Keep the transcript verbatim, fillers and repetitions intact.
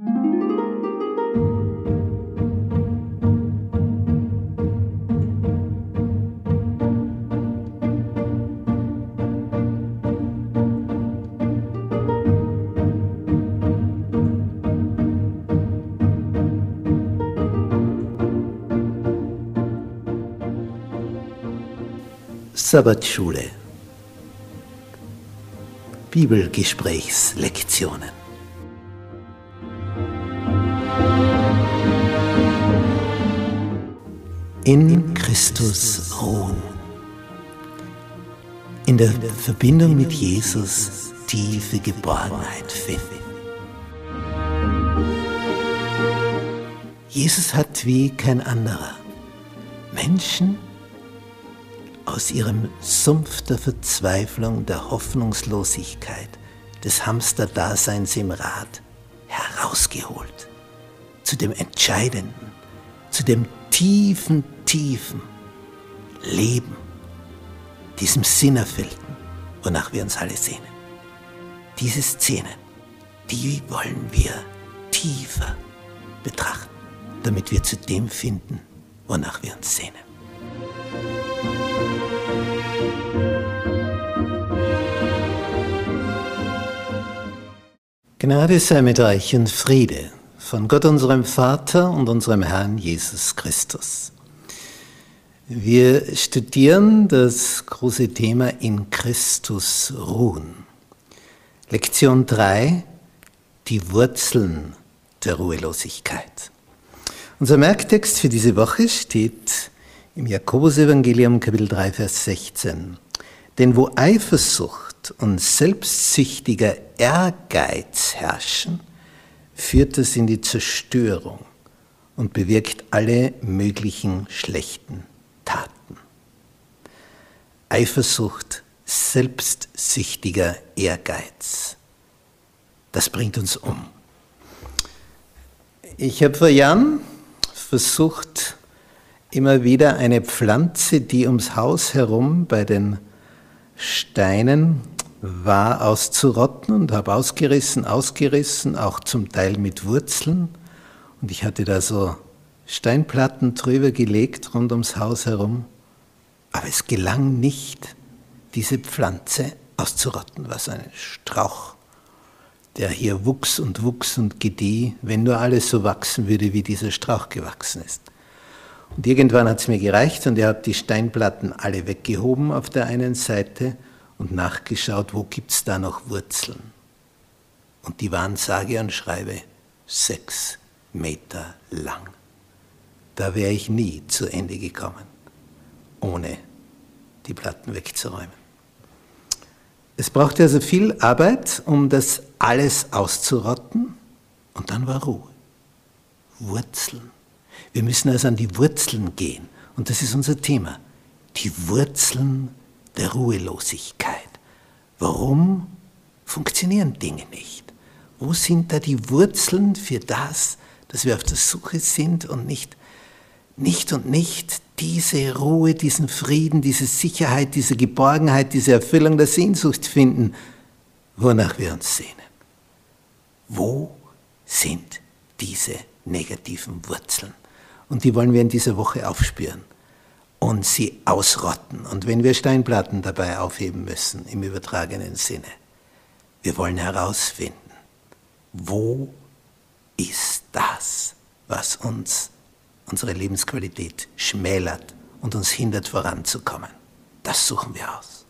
Sabbatschule. Bibelgesprächslektionen. In Christus ruhen. In der Verbindung mit Jesus tiefe Geborgenheit finden. Jesus hat wie kein anderer Menschen aus ihrem Sumpf der Verzweiflung, der Hoffnungslosigkeit, des Hamsterdaseins im Rad herausgeholt, zu dem entscheidenden, zu dem tiefen, tiefen Leben, diesem Sinnerfüllten, wonach wir uns alle sehnen. Diese Szenen, die wollen wir tiefer betrachten, damit wir zu dem finden, wonach wir uns sehnen. Gnade sei mit euch und Friede von Gott unserem Vater und unserem Herrn Jesus Christus. Wir studieren das große Thema in Christus ruhen. Lektion drei, die Wurzeln der Ruhelosigkeit. Unser Merktext für diese Woche steht im Jakobusevangelium Kapitel drei, Vers sechzehn. Denn wo Eifersucht und selbstsüchtiger Ehrgeiz herrschen, führt es in die Zerstörung und bewirkt alle möglichen schlechten Taten. Eifersucht, selbstsüchtiger Ehrgeiz, das bringt uns um. Ich habe vor Jahren versucht, immer wieder eine Pflanze, die ums Haus herum bei den Steinen war, auszurotten und habe ausgerissen, ausgerissen, auch zum Teil mit Wurzeln. Und ich hatte da so Steinplatten drüber gelegt, rund ums Haus herum. Aber es gelang nicht, diese Pflanze auszurotten, was ein Strauch, der hier wuchs und wuchs und gedieh, wenn nur alles so wachsen würde, wie dieser Strauch gewachsen ist. Und irgendwann hat es mir gereicht und ich habe die Steinplatten alle weggehoben auf der einen Seite und nachgeschaut, wo gibt es da noch Wurzeln. Und die waren sage und schreibe sechs Meter lang. Da wäre ich nie zu Ende gekommen, ohne die Platten wegzuräumen. Es brauchte also viel Arbeit, um das alles auszurotten, und dann war Ruhe. Wurzeln. Wir müssen also an die Wurzeln gehen. Und das ist unser Thema. Die Wurzeln der Ruhelosigkeit. Warum funktionieren Dinge nicht? Wo sind da die Wurzeln für das, dass wir auf der Suche sind und nicht, nicht und nicht diese Ruhe, diesen Frieden, diese Sicherheit, diese Geborgenheit, diese Erfüllung der Sehnsucht finden, wonach wir uns sehnen? Wo sind diese negativen Wurzeln? Und die wollen wir in dieser Woche aufspüren und sie ausrotten. Und wenn wir Steinplatten dabei aufheben müssen, im übertragenen Sinne, wir wollen herausfinden, wo ist das, was uns unsere Lebensqualität schmälert und uns hindert, voranzukommen. Das suchen wir aus.